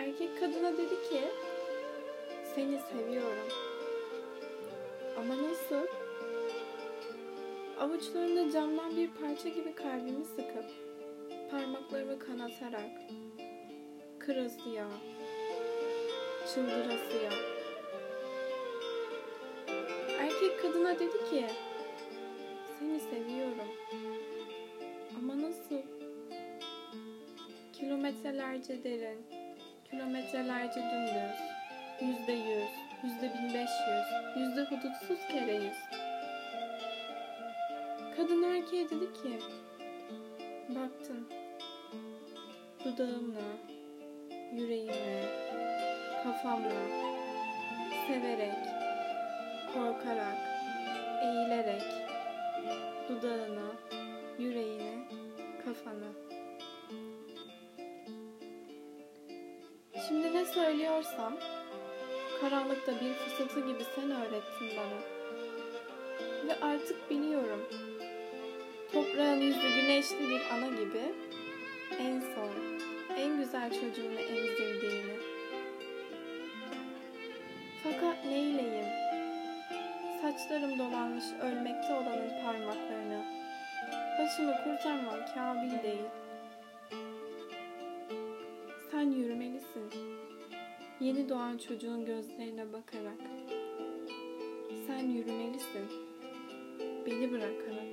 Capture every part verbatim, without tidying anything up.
Erkek kadına dedi ki, seni seviyorum. Ama nasıl? Avuçlarında camdan bir parça gibi kalbimi sıkıp, parmaklarımı kanatarak, kırasıya, çıldırasıya. Erkek kadına dedi ki, seni seviyorum. Ama nasıl? Kilometrelerce derin, kilometrelerce dümdüz, yüzde yüz, yüzde bin beş yüz, yüzde hudutsuz kere yüz. Kadın erkeğe dedi ki, baktın, dudağımla, yüreğimle, kafamla, severek, korkarak, eğilerek, dudağına, yüreğine, kafana. Şimdi ne söylüyorsam, karanlıkta bir fısıltı gibi sen öğrettin bana. Ve artık biliyorum, toprağın yüzü güneşli bir ana gibi, en son, en güzel çocuğunu emzirdiğini. Fakat neyleyim? Saçlarım dolanmış ölmekte olanın parmaklarını. Başımı kurtarmam kabil değil. Sen yürümelisin, yeni doğan çocuğun gözlerine bakarak. Sen yürümelisin, beni bırakarak.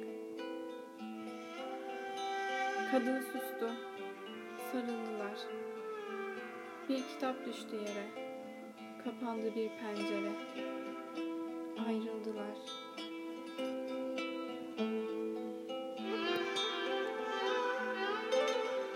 Kadın sustu, sarıldılar. Bir kitap düştü yere, kapandı bir pencere. Ayrıldılar.